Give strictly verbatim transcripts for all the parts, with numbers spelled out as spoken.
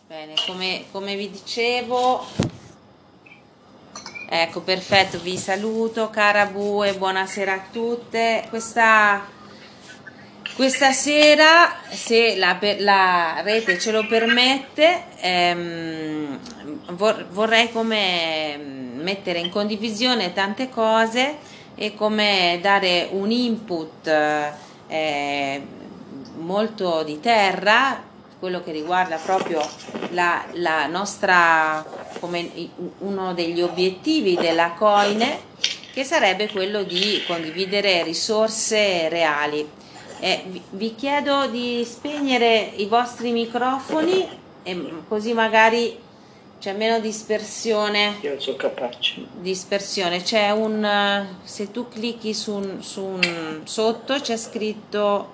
Bene, come, come vi dicevo, ecco, perfetto, vi saluto, cara Bu, e buonasera a tutte. Questa, questa sera, se la, la rete ce lo permette, ehm, vor, vorrei come mettere in condivisione tante cose e come dare un input eh, molto di terra, quello che riguarda proprio la, la nostra, come uno degli obiettivi della Coine, che sarebbe quello di condividere risorse reali. Eh, vi, vi chiedo di spegnere i vostri microfoni, e così magari c'è meno dispersione. Io sono capace. Dispersione, c'è un, se tu clicchi su un, su un sotto c'è scritto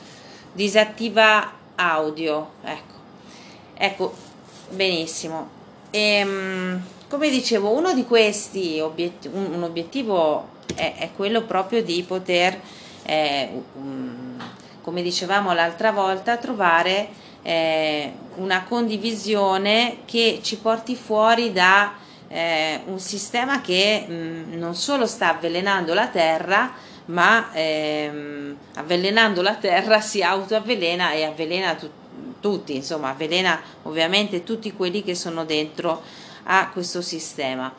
disattiva audio, ecco, ecco, benissimo. E, come dicevo, uno di questi obiettivi, un, un obiettivo è, è quello proprio di poter, eh, um, come dicevamo l'altra volta, trovare eh, una condivisione che ci porti fuori da eh, un sistema che mh, non solo sta avvelenando la terra, ma ehm, avvelenando la terra si autoavvelena e avvelena tu- tutti, insomma avvelena ovviamente tutti quelli che sono dentro a questo sistema.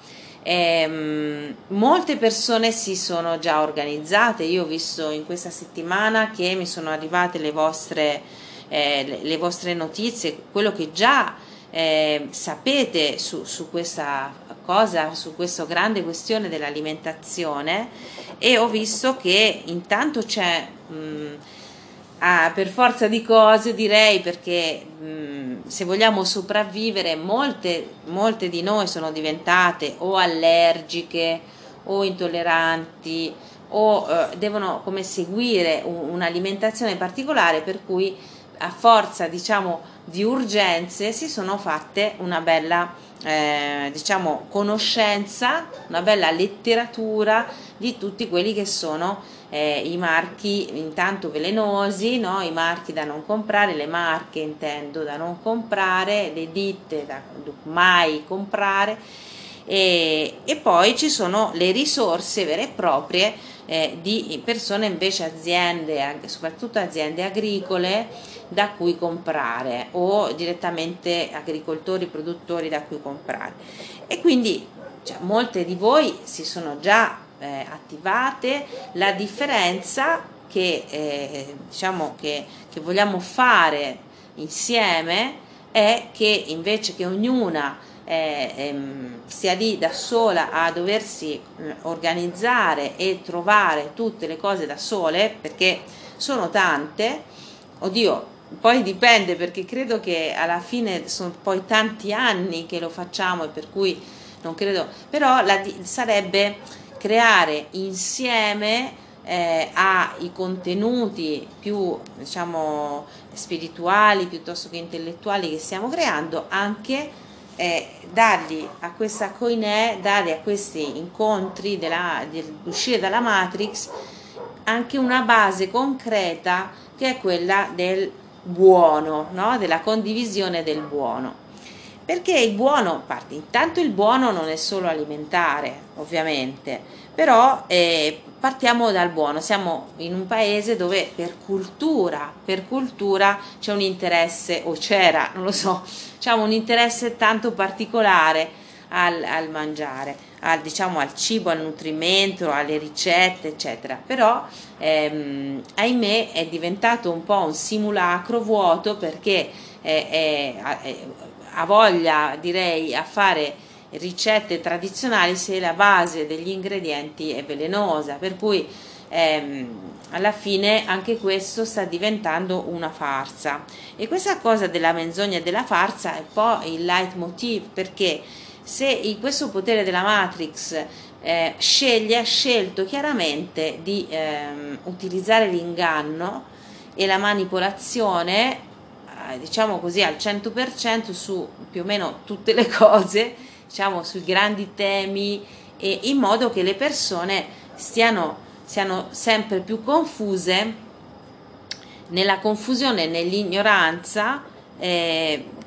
Ehm, molte persone si sono già organizzate, io ho visto in questa settimana che mi sono arrivate le vostre, eh, le, le vostre notizie, quello che già eh, sapete su, su questa cosa, su questa grande questione dell'alimentazione, e ho visto che intanto c'è mh, ah, per forza di cose, direi, perché mh, se vogliamo sopravvivere, molte, molte di noi sono diventate o allergiche o intolleranti o eh, devono come seguire un, un'alimentazione particolare, per cui a forza, diciamo, di urgenze si sono fatte una bella eh, diciamo conoscenza, una bella letteratura di tutti quelli che sono eh, i marchi intanto velenosi, no? I marchi da non comprare, le marche intendo da non comprare, le ditte da mai comprare, e, e poi ci sono le risorse vere e proprie eh, di persone, invece aziende, soprattutto aziende agricole, da cui comprare, o direttamente agricoltori, produttori da cui comprare. E quindi cioè, molte di voi si sono già eh, attivate. La differenza che eh, diciamo che, che vogliamo fare insieme è che invece che ognuna eh, ehm, sia lì da sola a doversi eh, organizzare e trovare tutte le cose da sole, perché sono tante, oddio, poi dipende, perché credo che alla fine sono poi tanti anni che lo facciamo, e per cui non credo, però la, sarebbe creare insieme eh, ai contenuti più, diciamo, spirituali piuttosto che intellettuali che stiamo creando, anche eh, dargli a questa Koine, dare a questi incontri della, dell'uscire dalla Matrix anche una base concreta, che è quella del buono, no? Della condivisione del buono. Perché il buono parte, intanto il buono non è solo alimentare, ovviamente, però eh, partiamo dal buono. Siamo in un paese dove per cultura, per cultura c'è un interesse, o c'era, non lo so, diciamo un interesse tanto particolare al, al mangiare, al, diciamo, al cibo, al nutrimento, alle ricette, eccetera. Però ehm, ahimè è diventato un po' un simulacro vuoto, perché è, è, è, ha voglia, direi, a fare ricette tradizionali se la base degli ingredienti è velenosa, per cui ehm, alla fine anche questo sta diventando una farsa. E questa cosa della menzogna e della farsa è un po' il leitmotiv, perché se in questo potere della Matrix eh, sceglie, ha scelto chiaramente di ehm, utilizzare l'inganno e la manipolazione, diciamo così, al cento per cento su più o meno tutte le cose, diciamo sui grandi temi, e in modo che le persone stiano, siano sempre più confuse, nella confusione e nell'ignoranza, eh,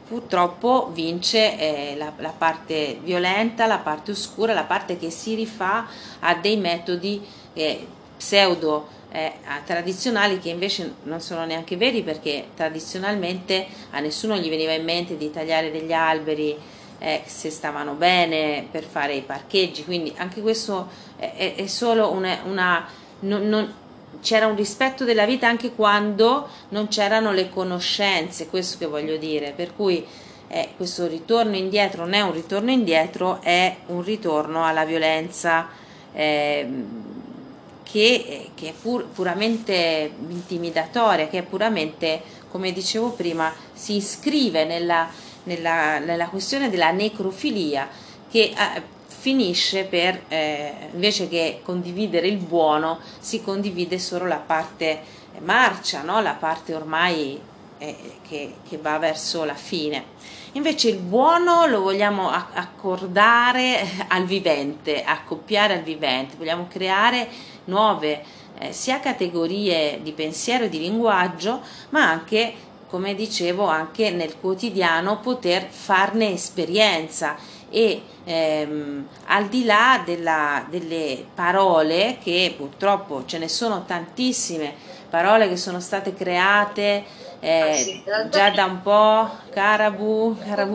purtroppo vince eh, la, la parte violenta, la parte oscura, la parte che si rifà a dei metodi eh, pseudo eh, tradizionali, che invece non sono neanche veri, perché tradizionalmente a nessuno gli veniva in mente di tagliare degli alberi eh, se stavano bene per fare i parcheggi, quindi anche questo è, è solo una, una non, non, c'era un rispetto della vita anche quando non c'erano le conoscenze, questo che voglio dire, per cui eh, questo ritorno indietro non è un ritorno indietro, è un ritorno alla violenza eh, che, che è pur, puramente intimidatoria, che è puramente, come dicevo prima, si iscrive nella, nella, nella questione della necrofilia, che eh, finisce per, eh, invece che condividere il buono, si condivide solo la parte marcia, no? La parte ormai eh, che, che va verso la fine. Invece il buono lo vogliamo accordare al vivente, accoppiare al vivente, vogliamo creare nuove eh, sia categorie di pensiero e di linguaggio, ma anche, come dicevo, anche nel quotidiano poter farne esperienza e ehm, al di là della, delle parole, che purtroppo ce ne sono tantissime, parole che sono state create eh, già da un po', Carabu, Carabu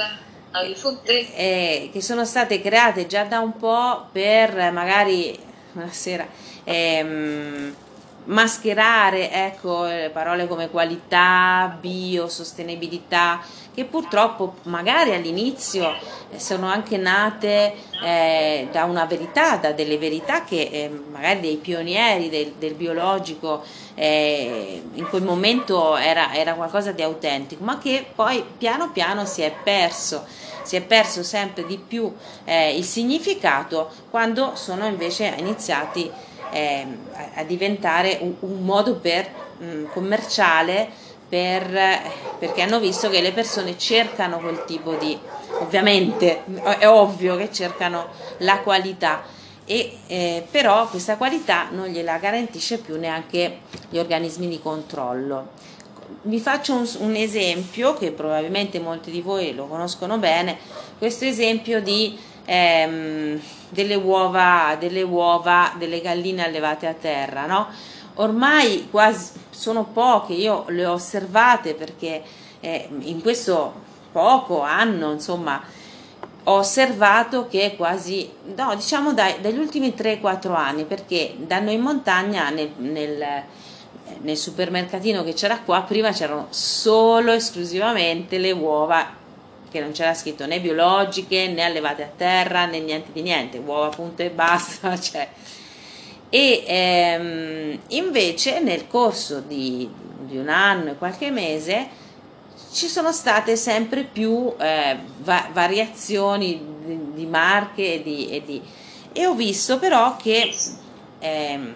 eh, che sono state create già da un po' per magari una sera ehm, mascherare, ecco, parole come qualità, bio, sostenibilità, che purtroppo magari all'inizio sono anche nate eh, da una verità, da delle verità che eh, magari dei pionieri del, del biologico eh, in quel momento era, era qualcosa di autentico, ma che poi piano piano si è perso, si è perso sempre di più eh, il significato, quando sono invece iniziati eh, a, a diventare un, un modo per mh, commerciale, per, perché hanno visto che le persone cercano quel tipo di, ovviamente è ovvio che cercano la qualità, e eh, però questa qualità non gliela garantisce più neanche gli organismi di controllo. Vi faccio un, un esempio che probabilmente molti di voi lo conoscono bene, questo esempio di ehm, delle uova, delle uova delle galline allevate a terra, no? Ormai quasi sono poche, io le ho osservate perché eh, in questo poco anno, insomma, ho osservato che quasi, no, diciamo dai, dagli ultimi tre quattro anni, perché da noi in montagna nel, nel, nel supermercatino che c'era qua, prima c'erano solo esclusivamente le uova, che non c'era scritto né biologiche né allevate a terra né niente di niente, uova punto e basta, cioè. E ehm, invece nel corso di, di un anno e qualche mese ci sono state sempre più eh, va- variazioni di, di marche e, di, e, di, e ho visto però che ehm,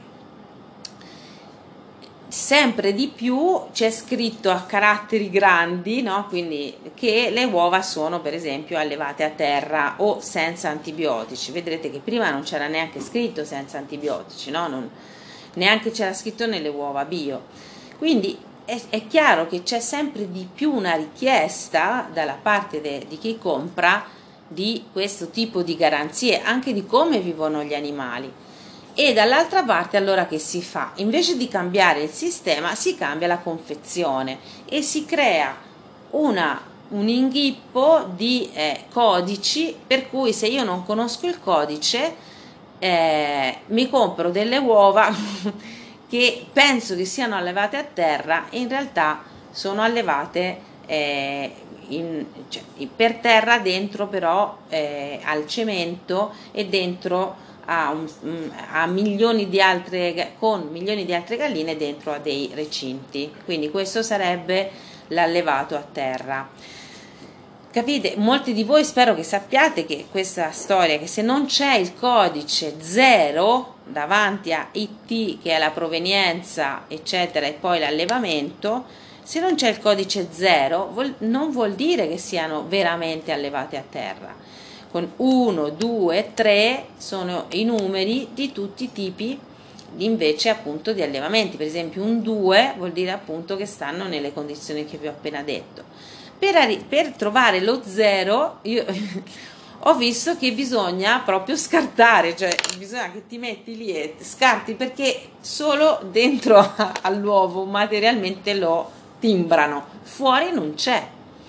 sempre di più c'è scritto a caratteri grandi, no? Quindi che le uova sono per esempio allevate a terra o senza antibiotici. Vedrete che prima non c'era neanche scritto senza antibiotici, no? Non, neanche c'era scritto nelle uova bio. Quindi è, è chiaro che c'è sempre di più una richiesta dalla parte de, di chi compra di questo tipo di garanzie, anche di come vivono gli animali. E dall'altra parte allora che si fa? Invece di cambiare il sistema si cambia la confezione e si crea una, un inghippo di eh, codici, per cui se io non conosco il codice eh, mi compro delle uova che penso che siano allevate a terra e in realtà sono allevate eh, in, cioè, per terra, dentro però eh, al cemento e dentro a, un, a milioni di altre, con milioni di altre galline dentro a dei recinti. Quindi questo sarebbe l'allevato a terra. Capite? Molti di voi spero che sappiate che questa storia, che se non c'è il codice zero davanti a I T, che è la provenienza eccetera, e poi l'allevamento, se non c'è il codice zero non vuol dire che siano veramente allevate a terra. Con uno, due, tre sono i numeri di tutti i tipi invece appunto di allevamenti. Per esempio un due vuol dire appunto che stanno nelle condizioni che vi ho appena detto. Per, arri- per trovare lo zero io ho visto che bisogna proprio scartare, cioè bisogna che ti metti lì e scarti, perché solo dentro all'uovo materialmente lo timbrano, fuori non c'è,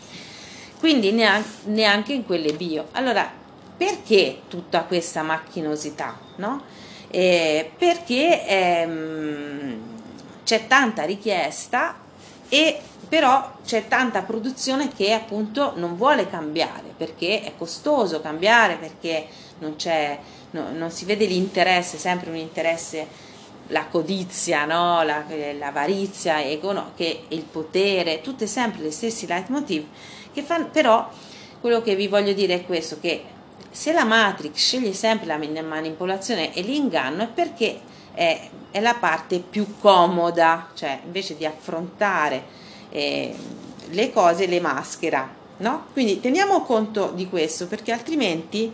quindi neanche, neanche in quelle bio. Allora, perché tutta questa macchinosità, no? Eh, perché ehm, c'è tanta richiesta e però c'è tanta produzione che appunto non vuole cambiare, perché è costoso cambiare, perché non c'è, no, non si vede l'interesse, sempre un interesse, la codizia, no? la, l'avarizia, econo, che il potere, tutte sempre le stessi leitmotiv che fanno. Però quello che vi voglio dire è questo, che se la Matrix sceglie sempre la manipolazione e l'inganno è perché è, è la parte più comoda, cioè invece di affrontare eh, le cose le maschera, no? Quindi teniamo conto di questo, perché altrimenti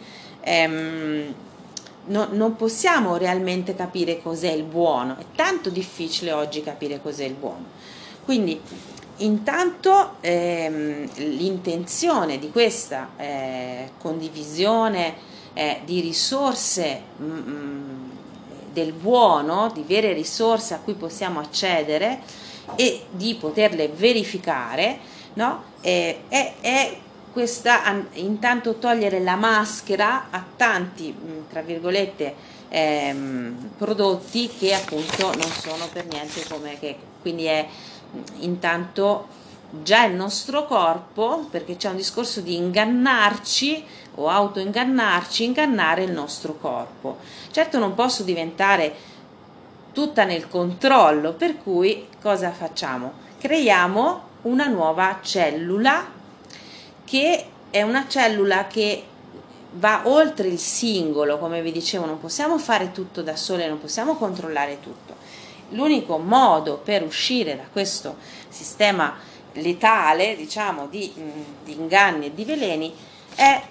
ehm, no, non possiamo realmente capire cos'è il buono. È tanto difficile oggi capire cos'è il buono. Quindi intanto ehm, l'intenzione di questa eh, condivisione eh, di risorse mh, del buono, di vere risorse a cui possiamo accedere e di poterle verificare, no? eh, è, è questa, intanto togliere la maschera a tanti, tra virgolette, ehm, prodotti che appunto non sono per niente come che, quindi è intanto già il nostro corpo, perché c'è un discorso di ingannarci o autoingannarci, ingannare il nostro corpo. Certo non posso diventare tutta nel controllo, per cui cosa facciamo? Creiamo una nuova cellula, che è una cellula che va oltre il singolo, come vi dicevo, non possiamo fare tutto da sole, non possiamo controllare tutto. L'unico modo per uscire da questo sistema letale, diciamo, di, di inganni e di veleni è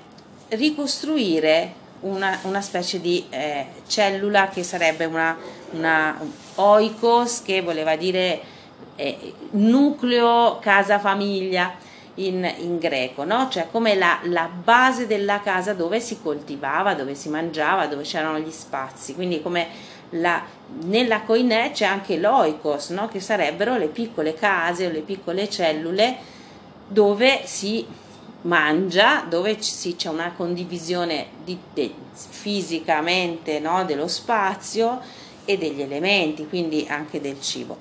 ricostruire una, una specie di eh, cellula che sarebbe una, una oikos, che voleva dire eh, nucleo, casa, famiglia in, in greco, no? Cioè come la, la base della casa dove si coltivava, dove si mangiava, dove c'erano gli spazi. Quindi come la, nella koiné c'è anche l'oikos, no? Che sarebbero le piccole case o le piccole cellule dove si mangia, dove ci, c'è una condivisione di, de, fisicamente, no? Dello spazio e degli elementi, quindi anche del cibo.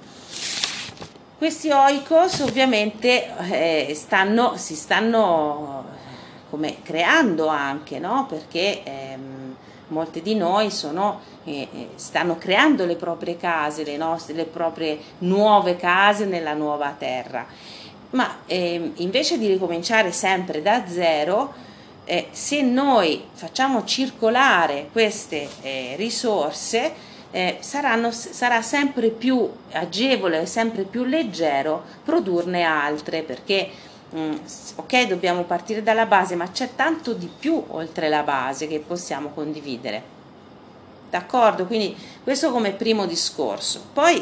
Questi oikos ovviamente eh, stanno, si stanno come creando anche, no? Perché ehm, molte di noi sono, eh, stanno creando le proprie case, le, nostre, le proprie nuove case nella nuova terra. Ma eh, invece di ricominciare sempre da zero, eh, se noi facciamo circolare queste eh, risorse, Eh, saranno, sarà sempre più agevole, sempre più leggero produrne altre, perché mh, ok, dobbiamo partire dalla base, ma c'è tanto di più oltre la base che possiamo condividere, d'accordo? Quindi questo come primo discorso. Poi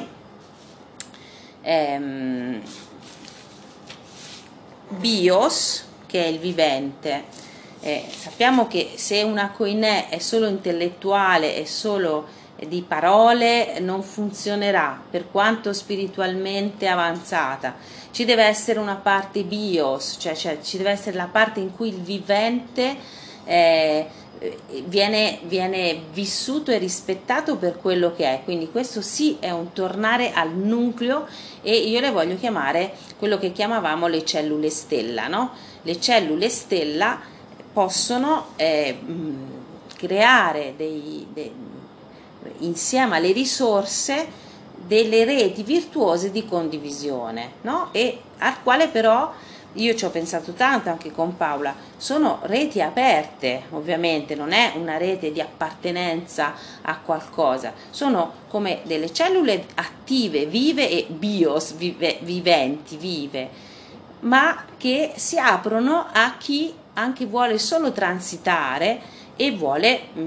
ehm, bios, che è il vivente, eh, sappiamo che se una koiné è solo intellettuale, è solo di parole, non funzionerà per quanto spiritualmente avanzata. Ci deve essere una parte bios, cioè, cioè ci deve essere la parte in cui il vivente eh, viene, viene vissuto e rispettato per quello che è. Quindi questo sì è un tornare al nucleo, e io le voglio chiamare quello che chiamavamo le cellule stella, no? Le cellule stella possono eh, creare dei, dei insieme alle risorse delle reti virtuose di condivisione, no? E al quale però io ci ho pensato tanto anche con Paola, sono reti aperte, ovviamente non è una rete di appartenenza a qualcosa, sono come delle cellule attive, vive e bios, vive, viventi, vive, ma che si aprono a chi anche vuole solo transitare e vuole mh,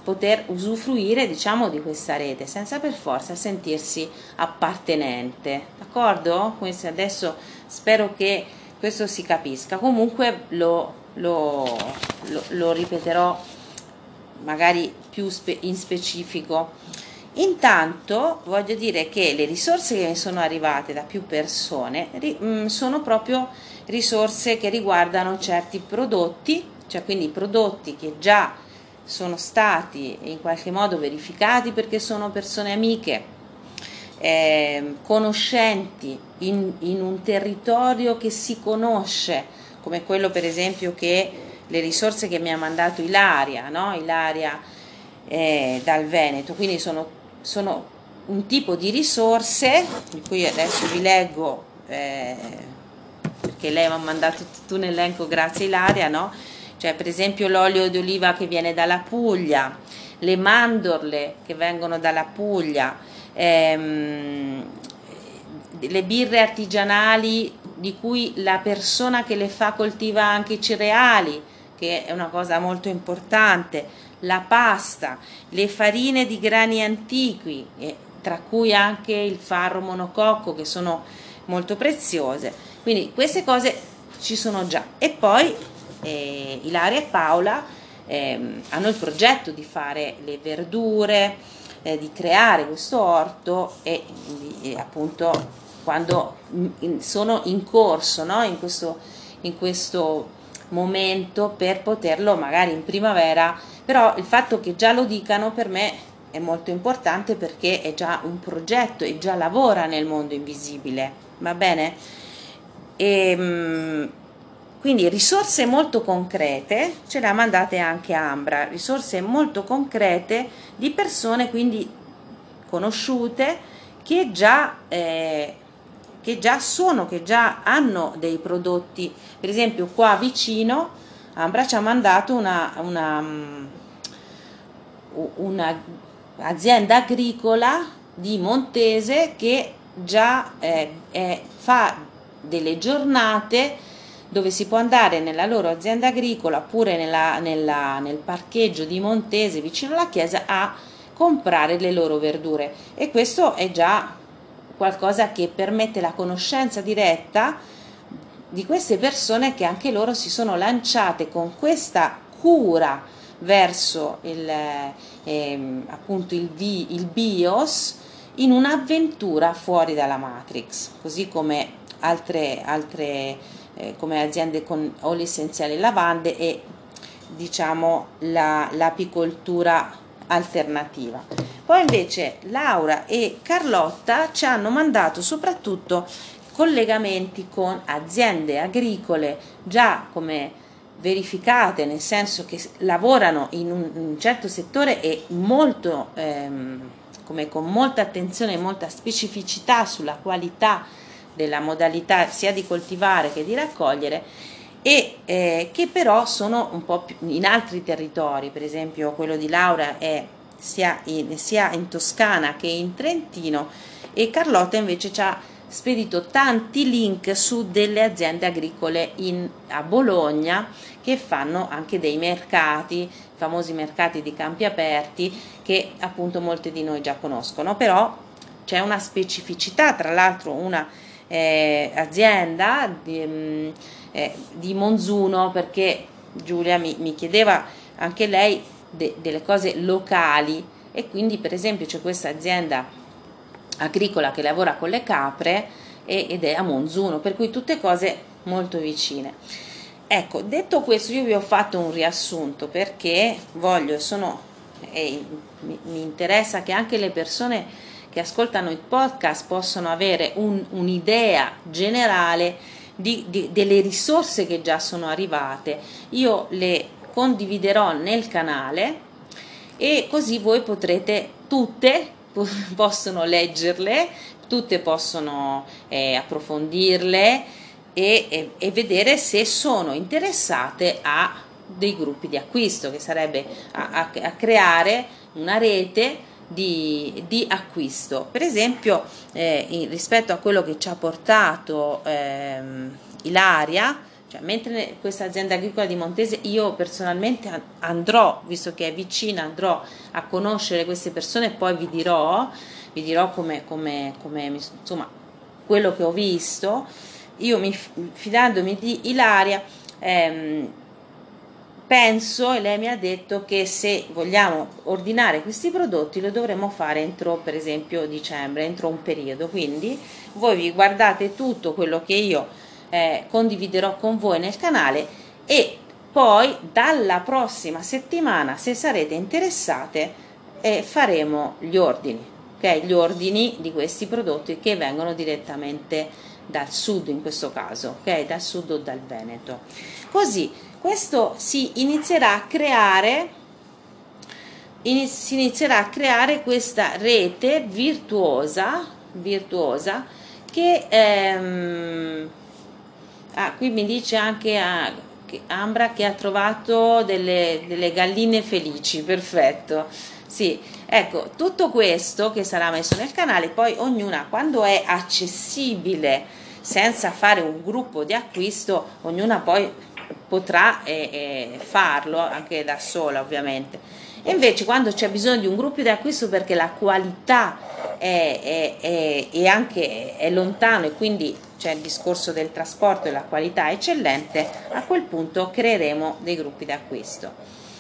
poter usufruire, diciamo, di questa rete senza per forza sentirsi appartenente, d'accordo? Questo adesso spero che questo si capisca. Comunque lo, lo, lo, lo ripeterò magari più spe- in specifico. Intanto voglio dire che le risorse che mi sono arrivate da più persone ri- mh, sono proprio risorse che riguardano certi prodotti, cioè quindi prodotti che già sono stati in qualche modo verificati perché sono persone amiche, eh, conoscenti in, in un territorio che si conosce, come quello per esempio che le risorse che mi ha mandato Ilaria, no? Ilaria eh, dal Veneto, quindi sono, sono un tipo di risorse di cui adesso vi leggo, eh, perché lei mi ha mandato tutto un elenco, grazie Ilaria, no? Cioè per esempio l'olio di oliva che viene dalla Puglia, le mandorle che vengono dalla Puglia, ehm, le birre artigianali di cui la persona che le fa coltiva anche i cereali, che è una cosa molto importante, la pasta, le farine di grani antichi, eh, tra cui anche il farro monococco, che sono molto preziose. Quindi queste cose ci sono già. E poi eh, Ilaria e Paola eh, hanno il progetto di fare le verdure, eh, di creare questo orto e, e appunto quando in, sono in corso, no? in, questo, in questo momento per poterlo magari in primavera, però il fatto che già lo dicano per me è molto importante perché è già un progetto e già lavora nel mondo invisibile, va bene? E, quindi risorse molto concrete ce le ha mandate anche Ambra, risorse molto concrete di persone quindi conosciute che già, eh, che già sono, che già hanno dei prodotti. Per esempio qua vicino Ambra ci ha mandato una, una, una azienda agricola di Montese che già eh, è, fa delle giornate dove si può andare nella loro azienda agricola oppure nella, nella, nel parcheggio di Montese vicino alla chiesa a comprare le loro verdure, e questo è già qualcosa che permette la conoscenza diretta di queste persone che anche loro si sono lanciate con questa cura verso il, eh, appunto il, vi, il BIOS in un'avventura fuori dalla Matrix, così come altre, altre eh, come aziende con oli essenziali e lavande e diciamo la, l'apicoltura alternativa. Poi invece Laura e Carlotta ci hanno mandato soprattutto collegamenti con aziende agricole già come verificate, nel senso che lavorano in un, in un certo settore e molto ehm, come con molta attenzione e molta specificità sulla qualità della modalità sia di coltivare che di raccogliere, e eh, che però sono un po' più in altri territori. Per esempio quello di Laura è sia in, sia in Toscana che in Trentino, e Carlotta invece ci ha spedito tanti link su delle aziende agricole in, a Bologna che fanno anche dei mercati, famosi mercati di campi aperti che appunto molti di noi già conoscono, però c'è una specificità, tra l'altro una eh, azienda di, mh, eh, di Monzuno, perché Giulia mi, mi chiedeva anche lei de, delle cose locali, e quindi per esempio c'è questa azienda agricola che lavora con le capre e, ed è a Monzuno, per cui tutte cose molto vicine. Ecco, detto questo, io vi ho fatto un riassunto perché voglio, sono, eh, mi, mi interessa che anche le persone che ascoltano il podcast possano avere un, un'idea generale di, di, delle risorse che già sono arrivate. Io le condividerò nel canale e così voi potrete tutte possono leggerle, tutte possono eh, approfondirle e, e, e vedere se sono interessate a dei gruppi di acquisto, che sarebbe a, a, a creare una rete di, di acquisto. Per esempio eh, in, rispetto a quello che ci ha portato ehm, Ilaria, Cioè, mentre questa azienda agricola di Montese io personalmente andrò, visto che è vicina, andrò a conoscere queste persone e poi vi dirò, vi dirò come, come, come insomma, quello che ho visto. Io mi, fidandomi di Ilaria, ehm, penso, e lei mi ha detto che se vogliamo ordinare questi prodotti lo dovremo fare entro, per esempio, dicembre, entro un periodo. Quindi voi vi guardate tutto quello che io eh, condividerò con voi nel canale e poi dalla prossima settimana, se sarete interessate, eh, faremo gli ordini, ok? Gli ordini di questi prodotti che vengono direttamente dal sud, in questo caso, ok? Dal sud o dal Veneto. Così questo si inizierà a creare si inizierà a creare questa rete virtuosa virtuosa che ehm, ah, qui mi dice anche ah, che Ambra che ha trovato delle, delle galline felici, perfetto. Sì, ecco, tutto questo che sarà messo nel canale, poi ognuna quando è accessibile senza fare un gruppo di acquisto, ognuna poi potrà eh, eh, farlo anche da sola, ovviamente. E invece quando c'è bisogno di un gruppo di acquisto perché la qualità è, è, è, è anche è lontano e quindi c'è il discorso del trasporto e la qualità è eccellente, a quel punto creeremo dei gruppi di acquisto.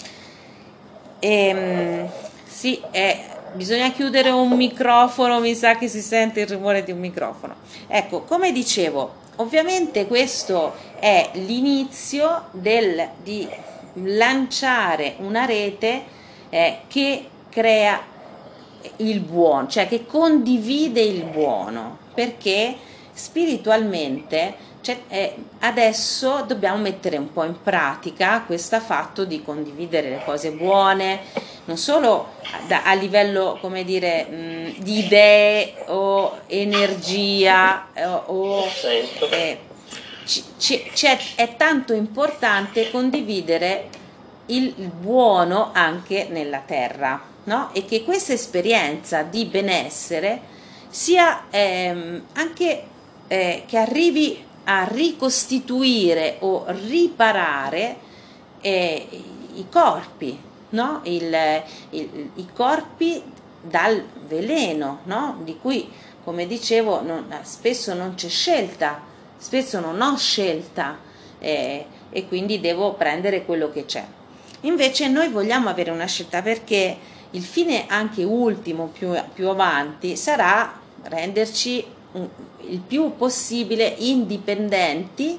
E, sì, è, bisogna chiudere un microfono, mi sa che si sente il rumore di un microfono. Ecco, come dicevo, ovviamente questo è l'inizio del, di lanciare una rete eh, che crea il buono, cioè che condivide il buono, perché spiritualmente cioè, eh, adesso dobbiamo mettere un po' in pratica questo fatto di condividere le cose buone, non solo da, a livello, come dire, mh, di idee o energia eh, o eh, c- c- c'è, è tanto importante condividere il, il buono anche nella terra, no? E che questa esperienza di benessere sia ehm, anche eh, che arrivi a ricostituire o riparare eh, i corpi, no? il, il, i corpi dal veleno, no? Di cui, come dicevo, non, spesso non c'è scelta, spesso non ho scelta eh, e quindi devo prendere quello che c'è. Invece noi vogliamo avere una scelta, perché il fine anche ultimo più, più avanti sarà renderci un, il più possibile indipendenti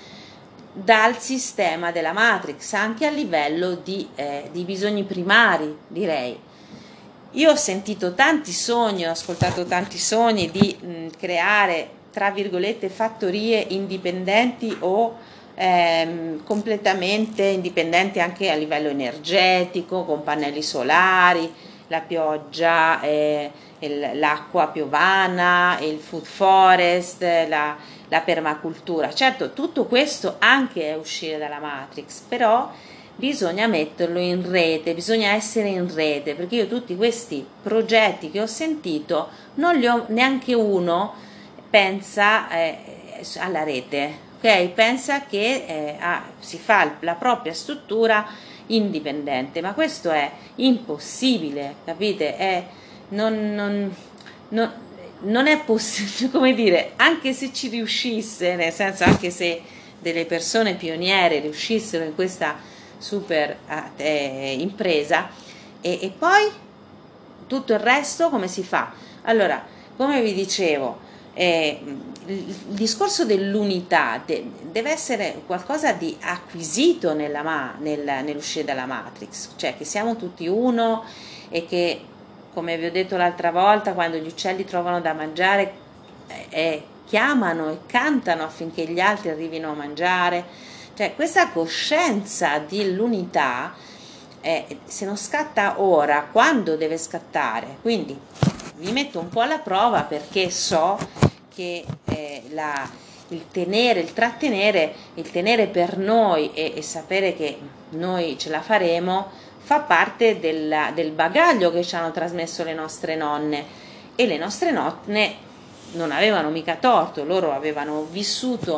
dal sistema della Matrix, anche a livello di, eh, di bisogni primari, direi. Io ho sentito tanti sogni, ho ascoltato tanti sogni di mh, creare, tra virgolette, fattorie indipendenti o ehm, completamente indipendenti anche a livello energetico, con pannelli solari, la pioggia, eh, l'acqua piovana, il food forest, la, la permacultura. Certo, tutto questo anche è uscire dalla Matrix, però bisogna metterlo in rete, bisogna essere in rete, perché io tutti questi progetti che ho sentito non li ho neanche uno pensa eh, alla rete, ok? Pensa che eh, ah, si fa la propria struttura indipendente, ma questo è impossibile, capite? È, non, non, non, non è possibile, come dire, anche se ci riuscisse, nel senso anche se delle persone pioniere riuscissero in questa super eh, impresa e, e poi tutto il resto come si fa? Allora, come vi dicevo, eh, il, il discorso dell'unità de, deve essere qualcosa di acquisito nella ma, nel, nell'uscire dalla Matrix, cioè che siamo tutti uno e che, come vi ho detto l'altra volta, quando gli uccelli trovano da mangiare eh, eh, chiamano e cantano affinché gli altri arrivino a mangiare. Cioè, questa coscienza dell'unità, eh, se non scatta ora, quando deve scattare? Quindi vi metto un po' alla prova, perché so che eh, la, il tenere, il trattenere, il tenere per noi e, e sapere che noi ce la faremo fa parte del, del bagaglio che ci hanno trasmesso le nostre nonne, e le nostre nonne non avevano mica torto, loro avevano vissuto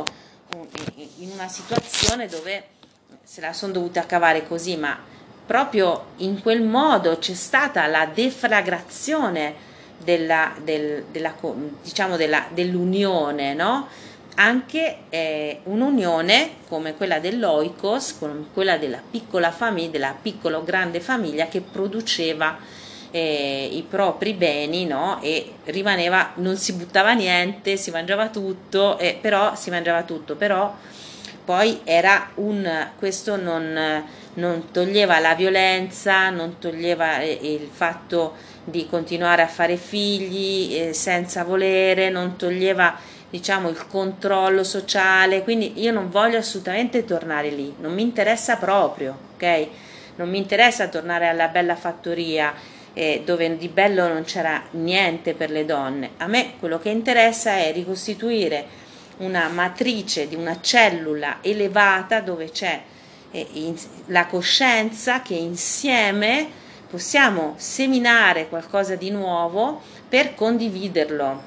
in una situazione dove se la sono dovuta cavare così, ma proprio in quel modo c'è stata la deflagrazione della, del, della, diciamo della, dell'unione, no? Anche eh, un'unione come quella dell'oikos, come quella della piccola famiglia, della piccola o grande famiglia che produceva eh, i propri beni, no? E rimaneva, non si buttava niente, si mangiava tutto, eh, però si mangiava tutto, però poi era un, questo non, non toglieva la violenza, non toglieva il fatto di continuare a fare figli eh, senza volere, non toglieva, diciamo, il controllo sociale. Quindi io non voglio assolutamente tornare lì, non mi interessa proprio, ok? Non mi interessa tornare alla bella fattoria eh, dove di bello non c'era niente per le donne. A me quello che interessa è ricostituire una matrice di una cellula elevata dove c'è eh, in, la coscienza, che insieme possiamo seminare qualcosa di nuovo per condividerlo,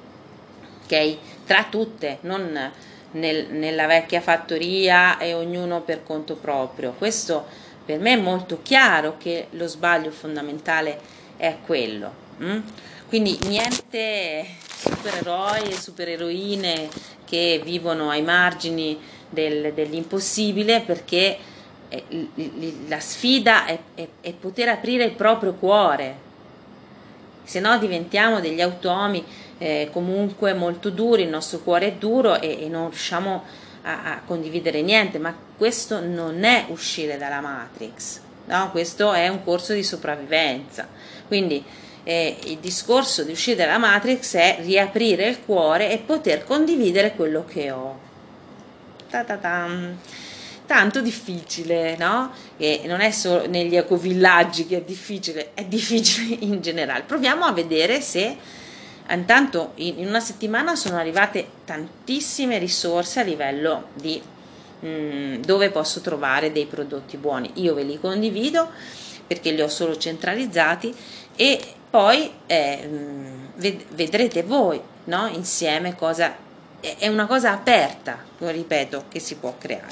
ok? Tra tutte, non nel, nella vecchia fattoria e ognuno per conto proprio. Questo per me è molto chiaro che lo sbaglio fondamentale è quello. Hm? Quindi niente supereroi e supereroine che vivono ai margini del, dell'impossibile, perché eh, la sfida è, è, è poter aprire il proprio cuore, se no diventiamo degli automi eh, comunque molto duri, il nostro cuore è duro e, e non riusciamo a, a condividere niente. Ma questo non è uscire dalla Matrix, no? Questo è un corso di sopravvivenza. Quindi eh, il discorso di uscire dalla Matrix è riaprire il cuore e poter condividere quello che ho. Ta-ta-tam. Tanto difficile, no? E non è solo negli ecovillaggi che è difficile, è difficile in generale. Proviamo a vedere se intanto in una settimana sono arrivate tantissime risorse a livello di mh, dove posso trovare dei prodotti buoni. Io ve li condivido perché li ho solo centralizzati e poi eh, ved- vedrete voi, no? Insieme cosa è una cosa aperta, lo ripeto, che si può creare.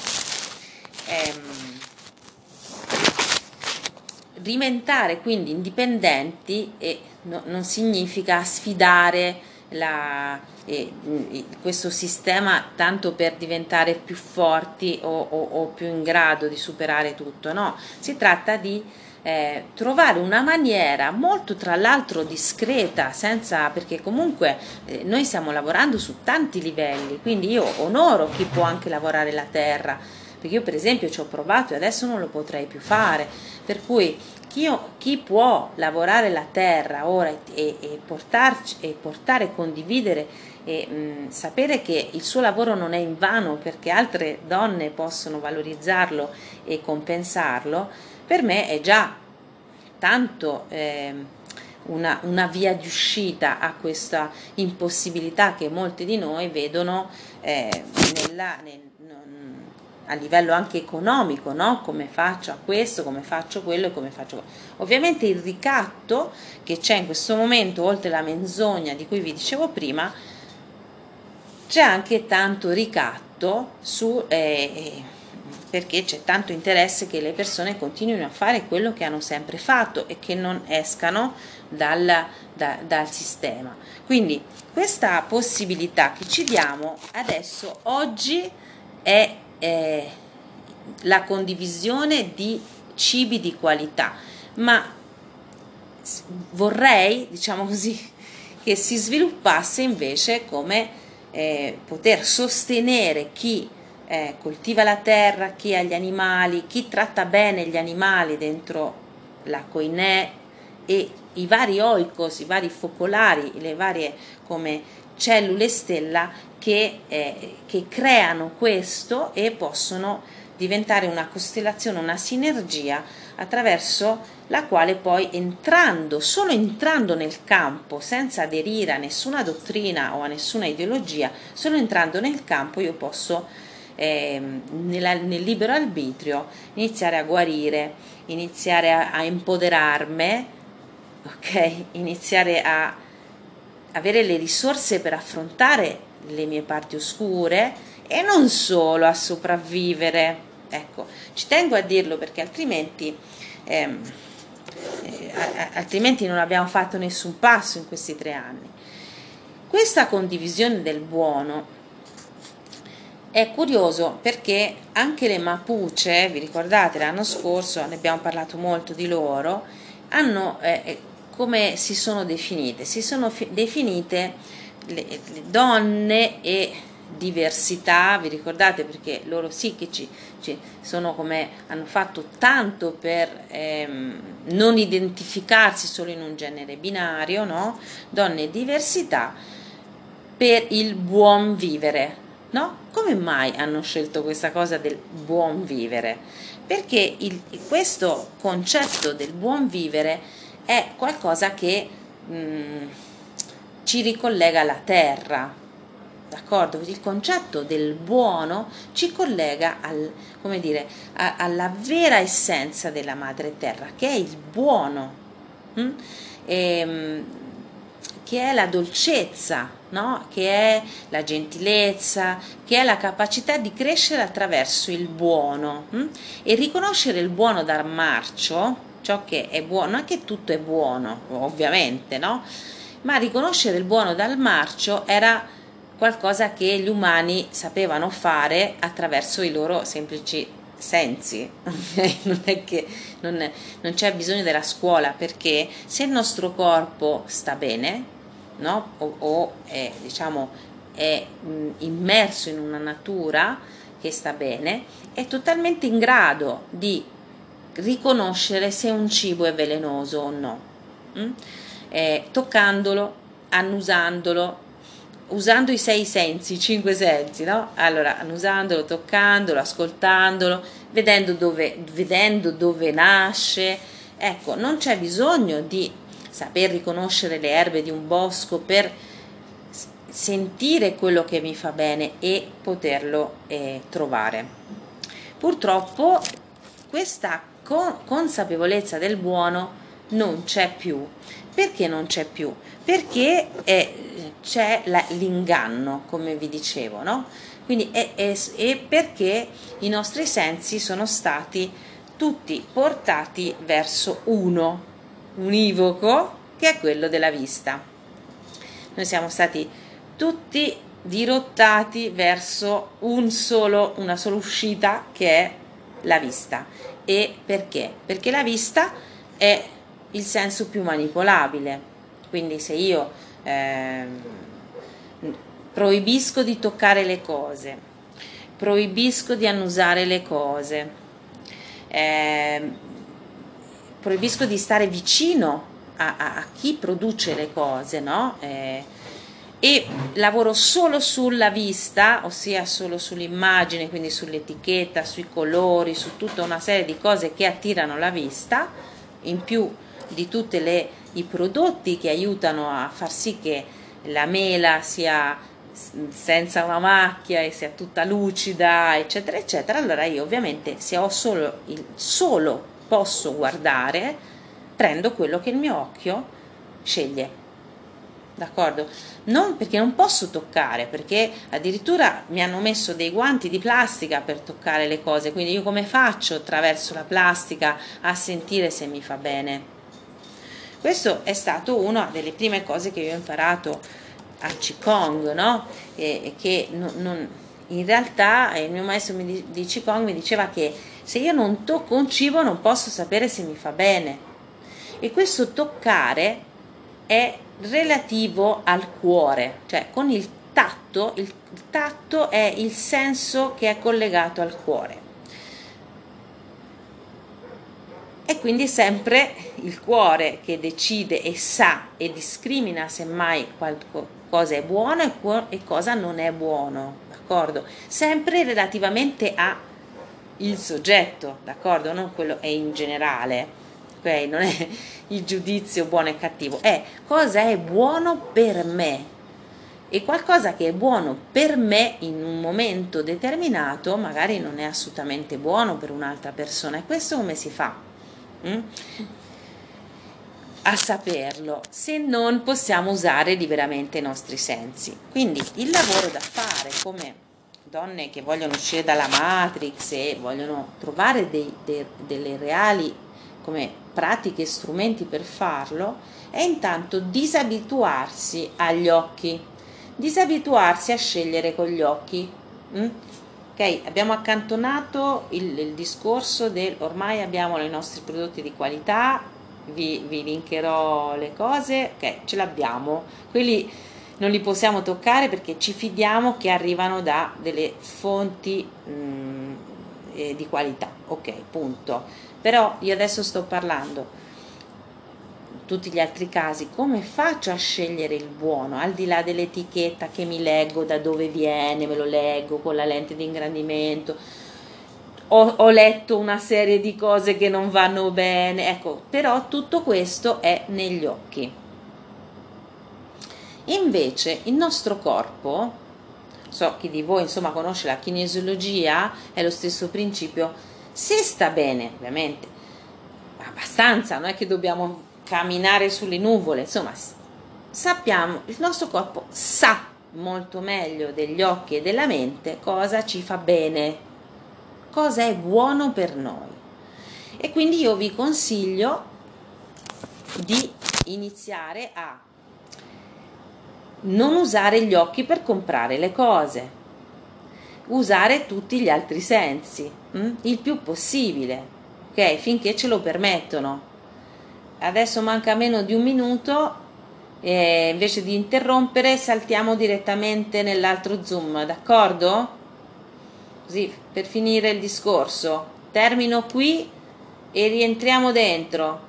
Ehm, diventare quindi indipendenti e no, non significa sfidare la, eh, questo sistema tanto per diventare più forti o, o, o più in grado di superare tutto, no, si tratta di eh, trovare una maniera molto, tra l'altro, discreta, senza, perché comunque eh, noi stiamo lavorando su tanti livelli, quindi io onoro chi può anche lavorare la terra, perché io per esempio ci ho provato e adesso non lo potrei più fare, per cui chi, chi può lavorare la terra ora e, e, portarci, e portare e condividere e mh, sapere che il suo lavoro non è invano perché altre donne possono valorizzarlo e compensarlo, per me è già tanto eh, una, una via di uscita a questa impossibilità che molti di noi vedono eh, nella, nel, non, a livello anche economico, no? Come faccio a questo, come faccio quello e come faccio quello. Ovviamente il ricatto che c'è in questo momento, oltre la menzogna di cui vi dicevo prima, c'è anche tanto ricatto su eh, perché c'è tanto interesse che le persone continuino a fare quello che hanno sempre fatto e che non escano dal, da, dal sistema. Quindi questa possibilità che ci diamo adesso, oggi, è eh, la condivisione di cibi di qualità, ma vorrei, diciamo così, che si sviluppasse invece come eh, poter sostenere chi eh, coltiva la terra, chi ha gli animali, chi tratta bene gli animali dentro la Koinè e i vari oikos, i vari focolari, le varie come cellule stella che, eh, che creano questo e possono diventare una costellazione, una sinergia attraverso la quale poi entrando, solo entrando nel campo, senza aderire a nessuna dottrina o a nessuna ideologia, solo entrando nel campo io posso eh, nella, nel libero arbitrio iniziare a guarire, iniziare a, a empoderarmi, ok? Iniziare a avere le risorse per affrontare le mie parti oscure e non solo a sopravvivere. Ecco, ci tengo a dirlo perché altrimenti ehm, eh, altrimenti non abbiamo fatto nessun passo in questi tre anni. Questa condivisione del buono è curioso perché anche le Mapuche, vi ricordate l'anno scorso, ne abbiamo parlato molto di loro, hanno eh, come si sono definite? Si sono fi- definite le, le donne e diversità, vi ricordate, perché loro sì che ci, ci sono come hanno fatto tanto per ehm, non identificarsi solo in un genere binario, no? Donne e diversità per il buon vivere. No? Come mai hanno scelto questa cosa del buon vivere? Perché il, questo concetto del buon vivere è qualcosa che mh, ci ricollega alla terra, d'accordo? Il concetto del buono ci collega al, come dire, a, alla vera essenza della madre terra, che è il buono, mh? E, che è la dolcezza, no? Che è la gentilezza, che è la capacità di crescere attraverso il buono, mh? E riconoscere il buono dal marcio, ciò che è buono, non è che tutto è buono, ovviamente, no? Ma riconoscere il buono dal marcio era qualcosa che gli umani sapevano fare attraverso i loro semplici sensi. Non è che non, è, non c'è bisogno della scuola, perché se il nostro corpo sta bene, no? o, o è, diciamo, è mh, immerso in una natura che sta bene, è totalmente in grado di riconoscere se un cibo è velenoso o no, mm? eh, toccandolo, annusandolo, usando i sei sensi, i cinque sensi, no? Allora, annusandolo, toccandolo, ascoltandolo, vedendo dove, vedendo dove nasce. Ecco, non c'è bisogno di saper riconoscere le erbe di un bosco per sentire quello che mi fa bene e poterlo eh, trovare. Purtroppo questa co- consapevolezza del buono non c'è più. Perché non c'è più? Perché eh, c'è la, l'inganno, come vi dicevo, no? Quindi è, è, è perché i nostri sensi sono stati tutti portati verso uno, univoco, che è quello della vista. Noi siamo stati tutti dirottati verso un solo, una sola uscita, che è la vista. E perché? Perché la vista è il senso più manipolabile. Quindi se io eh, proibisco di toccare le cose, proibisco di annusare le cose, eh, proibisco di stare vicino a, a, a chi produce le cose, no? Eh, e lavoro solo sulla vista, ossia solo sull'immagine, quindi sull'etichetta, sui colori, su tutta una serie di cose che attirano la vista, in più di tutti i prodotti che aiutano a far sì che la mela sia senza una macchia e sia tutta lucida, eccetera eccetera. Allora io ovviamente, se ho solo il solo posso guardare, prendo quello che il mio occhio sceglie. D'accordo? Non perché non posso toccare, perché addirittura mi hanno messo dei guanti di plastica per toccare le cose, quindi io come faccio attraverso la plastica a sentire se mi fa bene? Questo è stato una delle prime cose che io ho imparato a Qigong, no? E, e che non, non, in realtà il mio maestro di, di Qigong mi diceva che se io non tocco un cibo non posso sapere se mi fa bene, e questo toccare è relativo al cuore, cioè con il tatto, il, il tatto è il senso che è collegato al cuore, e quindi sempre il cuore che decide e sa e discrimina semmai cosa è buono e cosa non è buono, d'accordo? Sempre relativamente a il soggetto, d'accordo? Non quello è in generale, ok? Non è il giudizio buono e cattivo, è cosa è buono per me. E qualcosa che è buono per me in un momento determinato magari non è assolutamente buono per un'altra persona. E questo come si fa? Mm? A saperlo, se non possiamo usare liberamente i nostri sensi. Quindi il lavoro da fare come donne che vogliono uscire dalla Matrix e vogliono trovare dei, dei, delle reali come pratiche e strumenti per farlo, è intanto disabituarsi agli occhi, disabituarsi a scegliere con gli occhi. Mm? Ok, abbiamo accantonato il, il discorso del ormai abbiamo i nostri prodotti di qualità, vi, vi linkerò le cose, ok, ce l'abbiamo, quelli non li possiamo toccare perché ci fidiamo che arrivano da delle fonti mh, eh, di qualità, ok, punto. Però io adesso sto parlando tutti gli altri casi, come faccio a scegliere il buono, al di là dell'etichetta che mi leggo, da dove viene, me lo leggo con la lente di ingrandimento, ho, ho letto una serie di cose che non vanno bene, ecco, però tutto questo è negli occhi. Invece il nostro corpo, so chi di voi insomma conosce la kinesiologia, è lo stesso principio, se sta bene ovviamente, abbastanza, non è che dobbiamo camminare sulle nuvole, insomma sappiamo, il nostro corpo sa molto meglio degli occhi e della mente cosa ci fa bene, cosa è buono per noi, e quindi io vi consiglio di iniziare a non usare gli occhi per comprare le cose, usare tutti gli altri sensi hm? il più possibile, ok, finché ce lo permettono. Adesso manca meno di un minuto e invece di interrompere saltiamo direttamente nell'altro zoom, d'accordo? Così per finire il discorso termino qui e rientriamo dentro.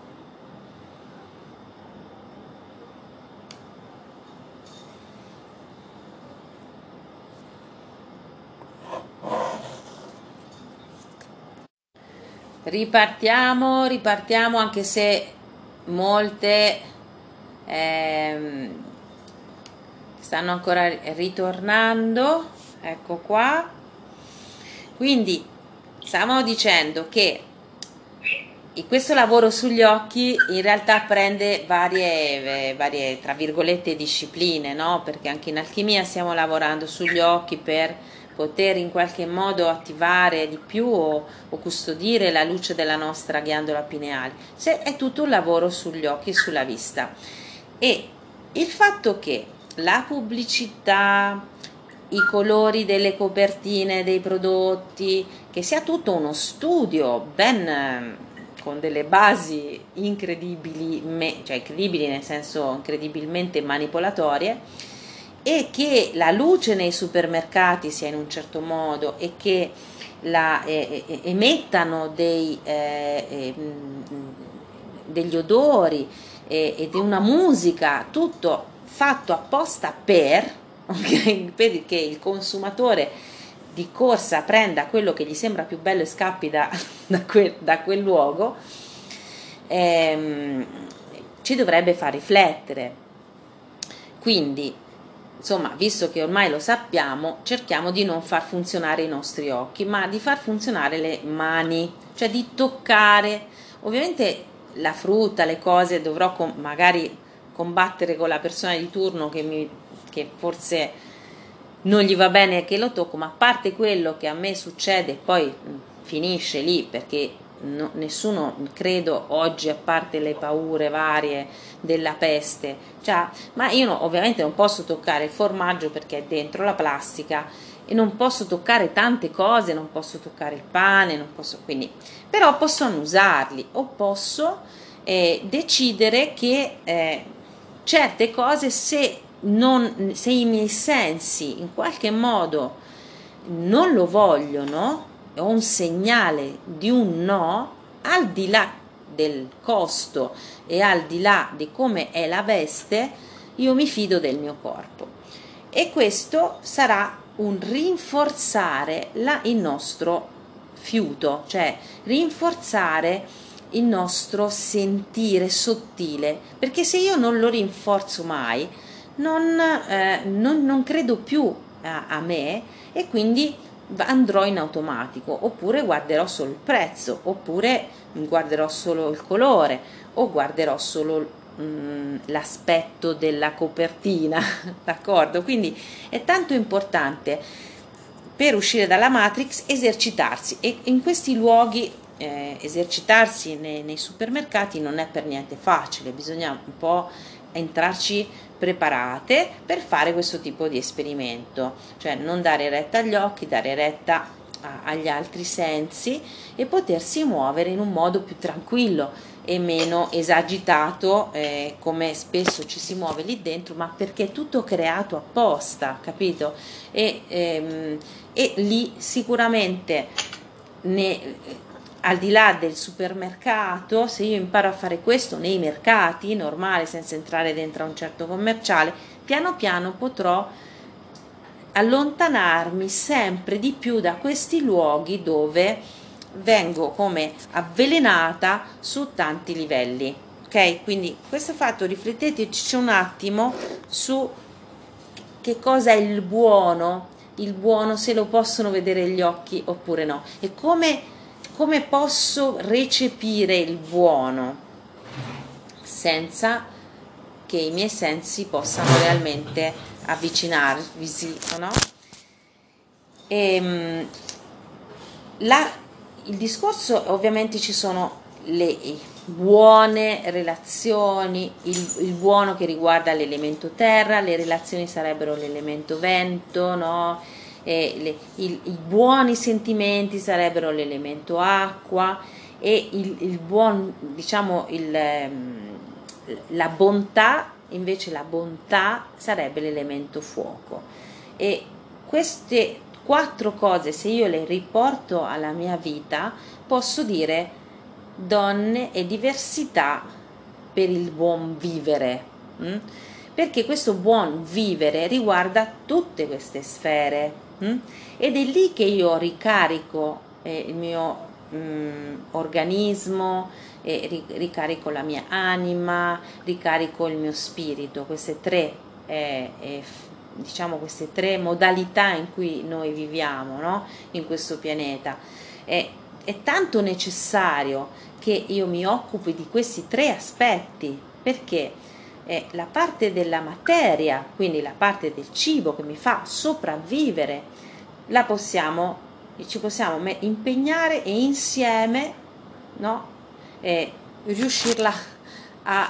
Ripartiamo, ripartiamo anche se molte ehm, stanno ancora ritornando, ecco qua. Quindi stavamo dicendo che questo lavoro sugli occhi in realtà prende varie, varie tra virgolette discipline, no? Perché anche in alchimia stiamo lavorando sugli occhi per poter in qualche modo attivare di più o, o custodire la luce della nostra ghiandola pineale. Se è tutto un lavoro sugli occhi e sulla vista. E il fatto che la pubblicità, i colori delle copertine dei prodotti, che sia tutto uno studio ben con delle basi incredibili, cioè incredibili nel senso incredibilmente manipolatorie, e che la luce nei supermercati sia in un certo modo e che la, eh, eh, emettano dei, eh, eh, degli odori eh, e di una musica, tutto fatto apposta per, okay, perché il consumatore di corsa prenda quello che gli sembra più bello e scappi da, da, quel, da quel luogo, ehm, ci dovrebbe far riflettere. Quindi, insomma, visto che ormai lo sappiamo, cerchiamo di non far funzionare i nostri occhi, ma di far funzionare le mani, cioè di toccare. Ovviamente la frutta, le cose dovrò com- magari combattere con la persona di turno che, mi, che forse non gli va bene che lo tocco, ma a parte quello che a me succede poi finisce lì, perché no, nessuno credo oggi, a parte le paure varie della peste, cioè, ma io no, ovviamente non posso toccare il formaggio perché è dentro la plastica e non posso toccare tante cose, non posso toccare il pane, non posso, quindi, però posso annusarli o posso eh, decidere che eh, certe cose, se Non, se i miei sensi in qualche modo non lo vogliono, ho un segnale di un no, al di là del costo e al di là di come è la veste, io mi fido del mio corpo, e questo sarà un rinforzare la, il nostro fiuto, cioè rinforzare il nostro sentire sottile, perché se io non lo rinforzo mai Non, eh, non, non credo più a, a me, e quindi andrò in automatico, oppure guarderò solo il prezzo, oppure guarderò solo il colore, o guarderò solo mh, l'aspetto della copertina, d'accordo? Quindi è tanto importante per uscire dalla matrix, esercitarsi, e in questi luoghi eh, esercitarsi nei, nei supermercati non è per niente facile, bisogna un po' entrarci preparate per fare questo tipo di esperimento, cioè non dare retta agli occhi, dare retta a, agli altri sensi e potersi muovere in un modo più tranquillo e meno esagitato, eh, come spesso ci si muove lì dentro, ma perché è tutto creato apposta, capito? E, ehm, e lì sicuramente ne, al di là del supermercato, se io imparo a fare questo nei mercati normali, senza entrare dentro a un certo commerciale, piano piano potrò allontanarmi sempre di più da questi luoghi dove vengo come avvelenata su tanti livelli. Ok? Quindi questo fatto, rifletteteci un attimo su che cosa è il buono, il buono, se lo possono vedere gli occhi oppure no, e come, come posso recepire il buono senza che i miei sensi possano realmente avvicinarvisi, no? E, la, il discorso, ovviamente ci sono le buone relazioni, il, il buono che riguarda l'elemento terra, le relazioni sarebbero l'elemento vento, no? E le, il, i buoni sentimenti sarebbero l'elemento acqua, e il, il buon, diciamo, il, la bontà, invece la bontà sarebbe l'elemento fuoco. E queste quattro cose, se io le riporto alla mia vita, posso dire donne e diversità per il buon vivere, hm? Perché questo buon vivere riguarda tutte queste sfere, hm? Ed è lì che io ricarico eh, il mio mh, organismo, eh, ricarico la mia anima, ricarico il mio spirito, queste tre eh, eh, diciamo queste tre modalità in cui noi viviamo, no? In questo pianeta. È, è tanto necessario che io mi occupi di questi tre aspetti, perché eh, la parte della materia, quindi la parte del cibo che mi fa sopravvivere, la possiamo, ci possiamo impegnare e insieme, no? Eh, riuscirla a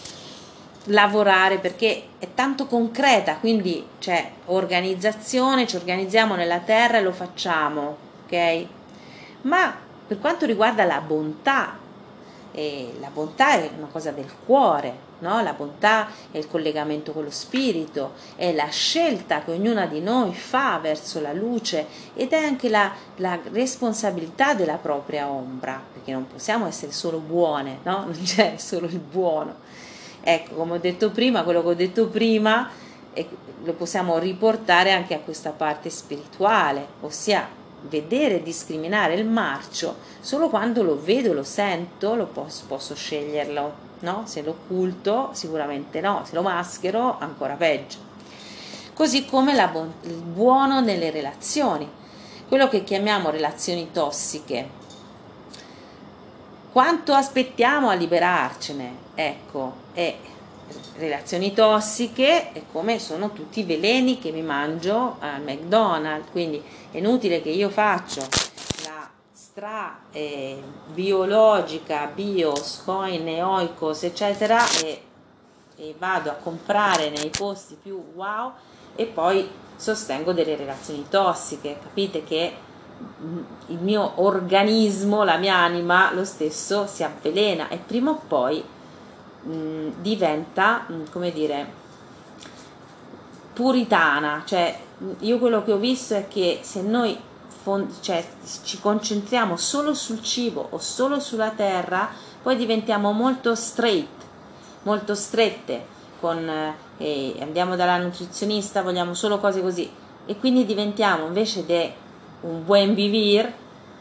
lavorare, perché è tanto concreta, quindi c'è organizzazione, ci organizziamo nella terra e lo facciamo, ok? Ma per quanto riguarda la bontà, eh, la bontà è una cosa del cuore, no? La bontà è il collegamento con lo spirito, è la scelta che ognuna di noi fa verso la luce, ed è anche la, la responsabilità della propria ombra, perché non possiamo essere solo buone, no? Non c'è solo il buono. Ecco, come ho detto prima, quello che ho detto prima eh, lo possiamo riportare anche a questa parte spirituale, ossia vedere e discriminare il marcio solo quando lo vedo, lo sento, lo posso, posso sceglierlo, no? Se lo occulto sicuramente no, se lo maschero ancora peggio. Così come la bu- il buono nelle relazioni, quello che chiamiamo relazioni tossiche. Quanto aspettiamo a liberarcene? Ecco, e relazioni tossiche è come sono tutti i veleni che mi mangio al McDonald's, quindi è inutile che io faccio la stra eh, biologica, bios, coine, oikos, eccetera, e, e vado a comprare nei posti più wow e poi sostengo delle relazioni tossiche. Capite che il mio organismo, la mia anima, lo stesso si avvelena, e prima o poi mh, diventa, mh, come dire, puritana. Cioè, io quello che ho visto è che se noi fond- cioè, ci concentriamo solo sul cibo o solo sulla terra, poi diventiamo molto straight, molto strette, con, eh, andiamo dalla nutrizionista, vogliamo solo cose così, e quindi diventiamo, invece di un buen vivir,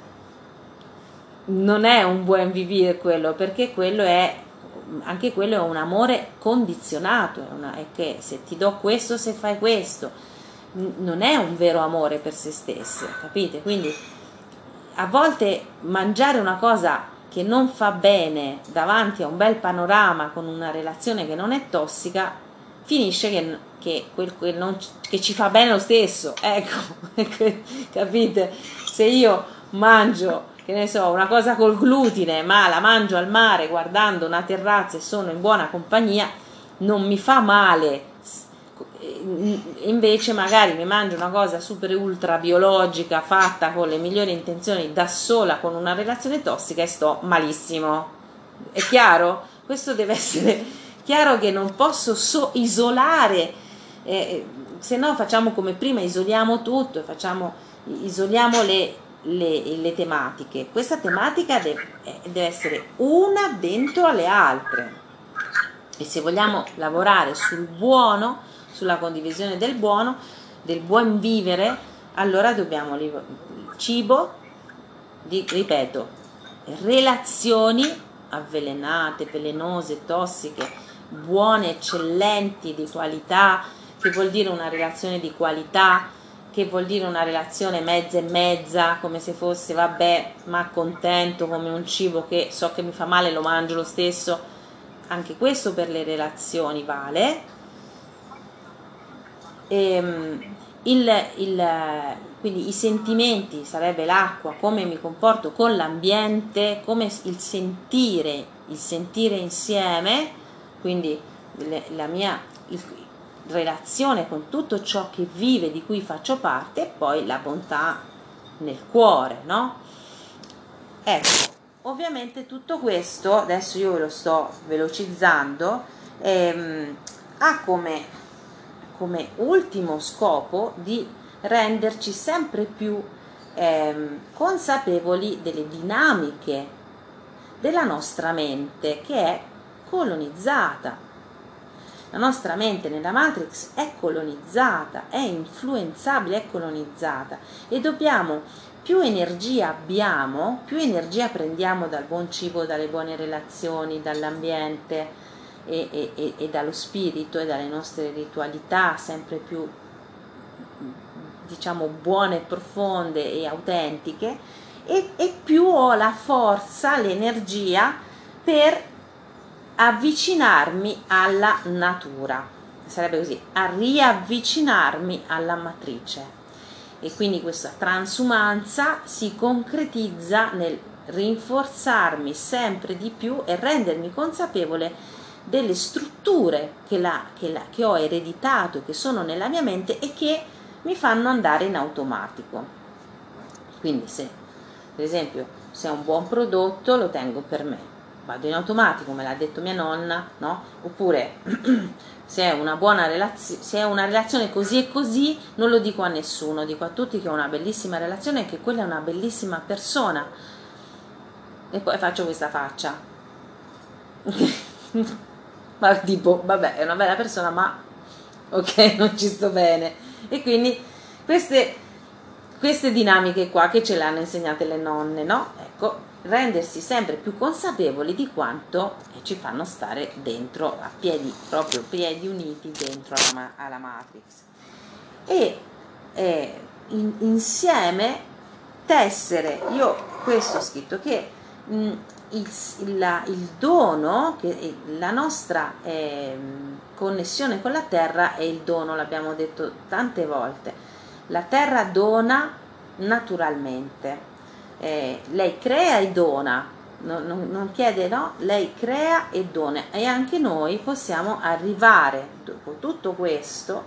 non è un buen vivir quello, perché quello è, anche quello è un amore condizionato, è, una, è che se ti do questo, se fai questo, non è un vero amore per se stesse, capite? Quindi a volte mangiare una cosa che non fa bene davanti a un bel panorama con una relazione che non è tossica finisce che, che, quel, quel non, che ci fa bene lo stesso, ecco, capite? Se io mangio, che ne so, una cosa col glutine, ma la mangio al mare guardando una terrazza e sono in buona compagnia, non mi fa male. Invece magari mi mangio una cosa super ultra biologica fatta con le migliori intenzioni da sola con una relazione tossica e sto malissimo. È chiaro? Questo deve essere chiaro, che non posso so isolare, eh, se no facciamo come prima, isoliamo tutto, facciamo, isoliamo le, le, le tematiche. Questa tematica deve, deve essere una dentro alle altre, e se vogliamo lavorare sul buono, sulla condivisione del buono, del buon vivere, allora dobbiamo cibo, di, ripeto, relazioni avvelenate, velenose, tossiche, buone, eccellenti, di qualità, che vuol dire una relazione di qualità, che vuol dire una relazione mezza e mezza, come se fosse vabbè, ma contento, come un cibo che so che mi fa male, lo mangio lo stesso. Anche questo per le relazioni vale. E, il, il, quindi i sentimenti sarebbe l'acqua, come mi comporto con l'ambiente, come il sentire, il sentire insieme, quindi le, la mia il, relazione con tutto ciò che vive, di cui faccio parte, e poi la bontà nel cuore, no? Ecco, ovviamente tutto questo, adesso io ve lo sto velocizzando, ehm, ha come come ultimo scopo di renderci sempre più ehm, consapevoli delle dinamiche della nostra mente, che è colonizzata. La nostra mente nella Matrix è colonizzata, è influenzabile, è colonizzata, e dobbiamo, più energia abbiamo, più energia prendiamo dal buon cibo, dalle buone relazioni, dall'ambiente, E, e, e dallo spirito e dalle nostre ritualità sempre più, diciamo, buone, profonde e autentiche, e, e più ho la forza, l'energia per avvicinarmi alla natura, sarebbe così, a riavvicinarmi alla matrice. E quindi questa transumanza si concretizza nel rinforzarmi sempre di più e rendermi consapevole delle strutture che, la, che, la, che ho ereditato, che sono nella mia mente e che mi fanno andare in automatico. Quindi se, per esempio, se è un buon prodotto lo tengo per me, vado in automatico, me l'ha detto mia nonna, no? Oppure se è una buona relazione, se è una relazione così e così, non lo dico a nessuno, dico a tutti che ho una bellissima relazione e che quella è una bellissima persona, e poi faccio questa faccia. Ma tipo, vabbè, è una bella persona, ma ok, non ci sto bene. E quindi queste, queste dinamiche qua che ce le hanno insegnate le nonne, no? Ecco, rendersi sempre più consapevoli di quanto ci fanno stare dentro, a piedi, proprio piedi uniti dentro alla, alla Matrix. E eh, in, insieme tessere, io questo ho scritto, che mh, Il, il, il dono, che la nostra eh, connessione con la terra è il dono, l'abbiamo detto tante volte. La terra dona naturalmente, eh, lei crea e dona, non, non, non chiede, no? Lei crea e dona, e anche noi possiamo arrivare dopo tutto questo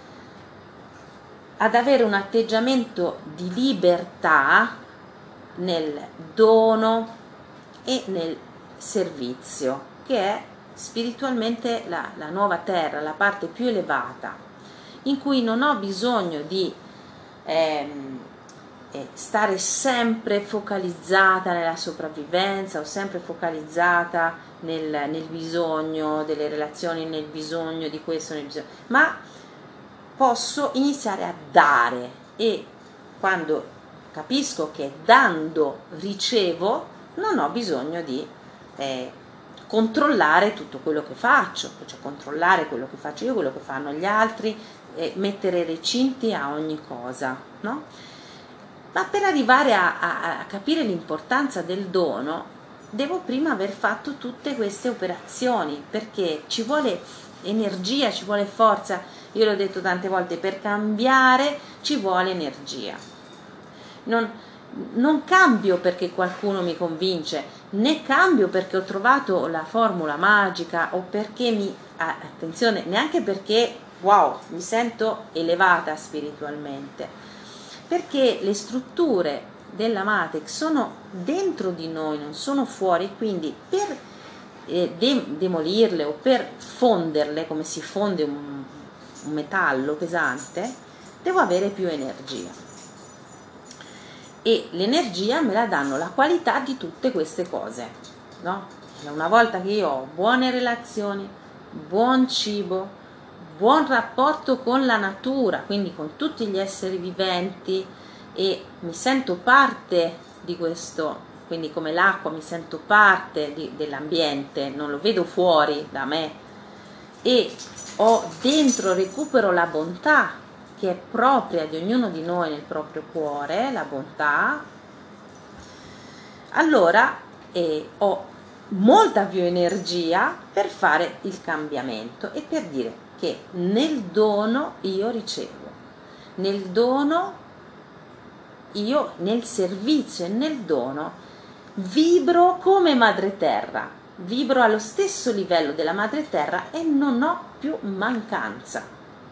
ad avere un atteggiamento di libertà nel dono e nel servizio, che è spiritualmente la, la nuova terra, la parte più elevata, in cui non ho bisogno di ehm, eh, stare sempre focalizzata nella sopravvivenza o sempre focalizzata nel, nel bisogno delle relazioni, nel bisogno di questo, nel bisogno, ma posso iniziare a dare, e quando capisco che dando ricevo, non ho bisogno di eh, controllare tutto quello che faccio, cioè controllare quello che faccio io, quello che fanno gli altri, eh, mettere recinti a ogni cosa, no? Ma per arrivare a, a, a capire l'importanza del dono, devo prima aver fatto tutte queste operazioni, perché ci vuole energia, ci vuole forza. Io l'ho detto tante volte, per cambiare ci vuole energia. Non, non cambio perché qualcuno mi convince, né cambio perché ho trovato la formula magica o perché mi, attenzione, neanche perché wow, mi sento elevata spiritualmente, perché le strutture della Matrix sono dentro di noi, non sono fuori, quindi per eh, de- demolirle o per fonderle, come si fonde un, un metallo pesante, devo avere più energia. E l'energia me la danno la qualità di tutte queste cose, no? Una volta che io ho buone relazioni, buon cibo, buon rapporto con la natura, quindi con tutti gli esseri viventi, e mi sento parte di questo, quindi come l'acqua mi sento parte di, dell'ambiente, non lo vedo fuori da me, e ho dentro, recupero la bontà che è propria di ognuno di noi nel proprio cuore, la bontà, allora eh, ho molta più energia per fare il cambiamento e per dire che nel dono io ricevo, nel dono io, nel servizio e nel dono vibro come madre terra, vibro allo stesso livello della madre terra e non ho più mancanza,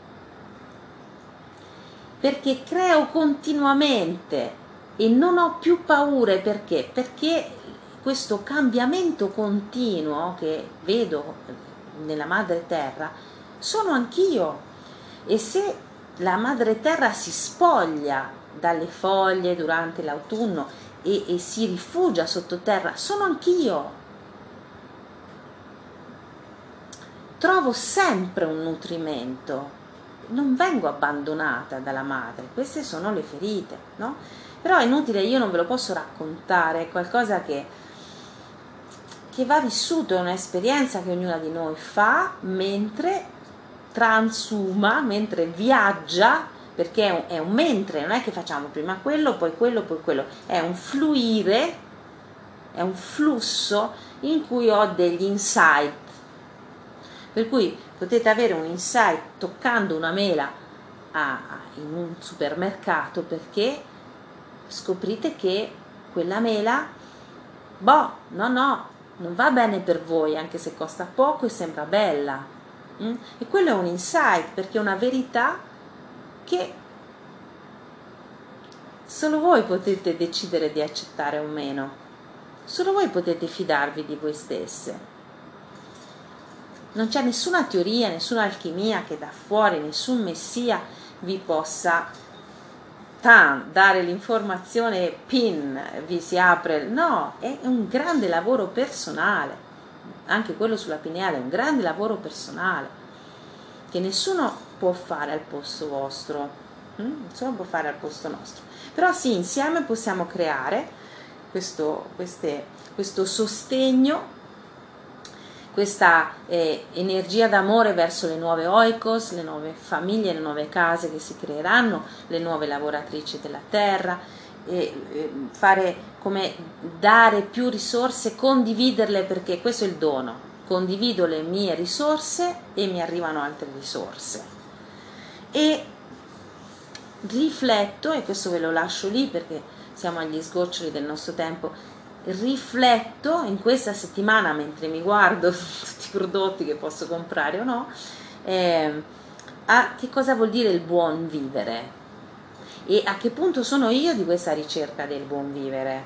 perché creo continuamente e non ho più paure. Perché? Perché questo cambiamento continuo che vedo nella madre terra sono anch'io, e se la madre terra si spoglia dalle foglie durante l'autunno e, e si rifugia sottoterra, sono anch'io. Trovo sempre un nutrimento, non vengo abbandonata dalla madre. Queste sono le ferite, no? Però è inutile, io non ve lo posso raccontare, è qualcosa che, che va vissuto, è un'esperienza che ognuna di noi fa mentre transuma, mentre viaggia, perché è un, è un mentre, non è che facciamo prima quello, poi quello, poi quello, è un fluire, è un flusso in cui ho degli insight, per cui potete avere un insight toccando una mela a, a, in un supermercato, perché scoprite che quella mela, boh, no no, non va bene per voi, anche se costa poco e sembra bella. Mm? E quello è un insight, perché è una verità che solo voi potete decidere di accettare o meno, solo voi potete fidarvi di voi stesse. Non c'è nessuna teoria, nessuna alchimia che da fuori, nessun messia vi possa tan, dare l'informazione pin, vi si apre. No, è un grande lavoro personale, anche quello sulla pineale è un grande lavoro personale che nessuno può fare al posto vostro, nessuno può fare al posto nostro. Però sì, insieme possiamo creare questo, queste, questo sostegno, questa eh, energia d'amore verso le nuove oikos, le nuove famiglie, le nuove case che si creeranno, le nuove lavoratrici della terra, e, e fare come dare più risorse, condividerle, perché questo è il dono, condivido le mie risorse e mi arrivano altre risorse. E rifletto, e questo ve lo lascio lì perché siamo agli sgoccioli del nostro tempo, rifletto in questa settimana mentre mi guardo tutti i prodotti che posso comprare o no, eh, a che cosa vuol dire il buon vivere e a che punto sono io di questa ricerca del buon vivere.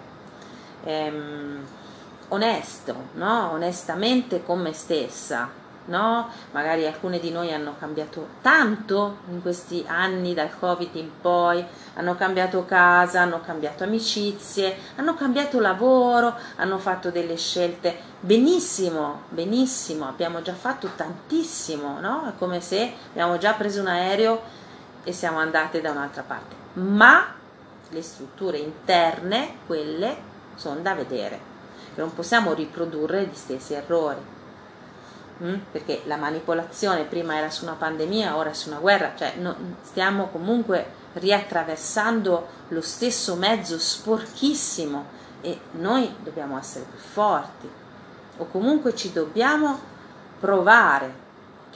Ehm, onesto, no? Onestamente con me stessa, no? Magari alcune di noi hanno cambiato tanto in questi anni dal Covid in poi, hanno cambiato casa, hanno cambiato amicizie, hanno cambiato lavoro, hanno fatto delle scelte. Benissimo, benissimo, abbiamo già fatto tantissimo, no? È come se abbiamo già preso un aereo e siamo andate da un'altra parte, ma le strutture interne, quelle sono da vedere, non possiamo riprodurre gli stessi errori, mm? Perché la manipolazione prima era su una pandemia, ora è su una guerra, cioè no, stiamo comunque riattraversando lo stesso mezzo sporchissimo e noi dobbiamo essere più forti, o comunque ci dobbiamo provare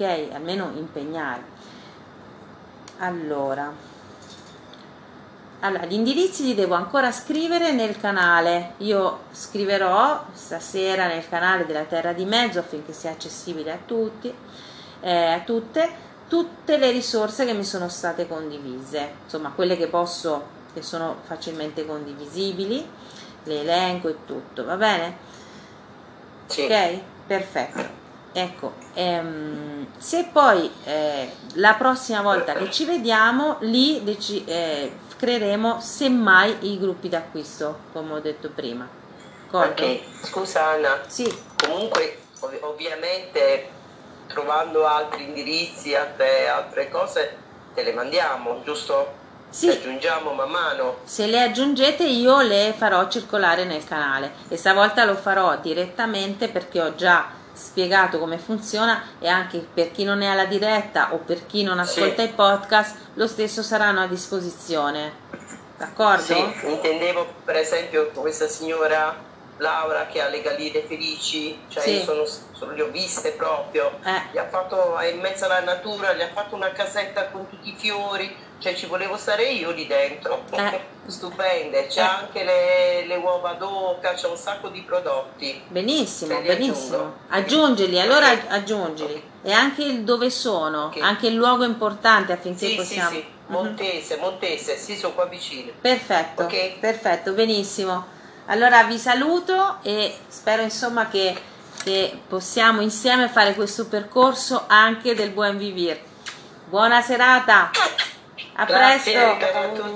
ok? Almeno impegnare. Allora, allora, gli indirizzi li devo ancora scrivere nel canale. Io scriverò stasera nel canale della Terra di Mezzo affinché sia accessibile a tutti, eh, a tutte, tutte le risorse che mi sono state condivise, insomma quelle che posso, che sono facilmente condivisibili, le elenco e tutto, va bene? Sì. Ok? Perfetto. Ecco, ehm, se poi eh, la prossima volta che ci vediamo, lì deci- eh, creeremo semmai i gruppi d'acquisto, come ho detto prima. D'accordo? Ok, scusa Anna, Sì, comunque ov- ovviamente trovando altri indirizzi, altre, altre cose, te le mandiamo, giusto? sì. Le aggiungiamo man mano. Se le aggiungete io le farò circolare nel canale e stavolta lo farò direttamente perché ho già spiegato come funziona e anche per chi non è alla diretta o per chi non ascolta Sì. i podcast lo stesso saranno a disposizione. D'accordo? Sì, intendevo per esempio questa signora Laura che ha le galline felici, cioè Sì. io sono, sono- le ho viste proprio, Eh. gli ha fatto, è in mezzo alla natura, gli ha fatto una casetta con tutti i fiori, cioè ci volevo stare io lì dentro, Eh. stupende, c'è Eh. anche le, le uova d'oca, c'è un sacco di prodotti. Benissimo, Te li benissimo. aggiungo. Aggiungili, allora Ok. aggiungili. E anche il dove sono, Ok. anche il luogo importante affinché Sì, possiamo... sì, sì, Mhm. Montese, Montese, sì, sono qua vicino. Perfetto, Ok? perfetto, benissimo. Allora vi saluto e spero insomma che, che possiamo insieme fare questo percorso anche del buon vivere. Buona serata, a Grazie, presto. ricaro a tutti.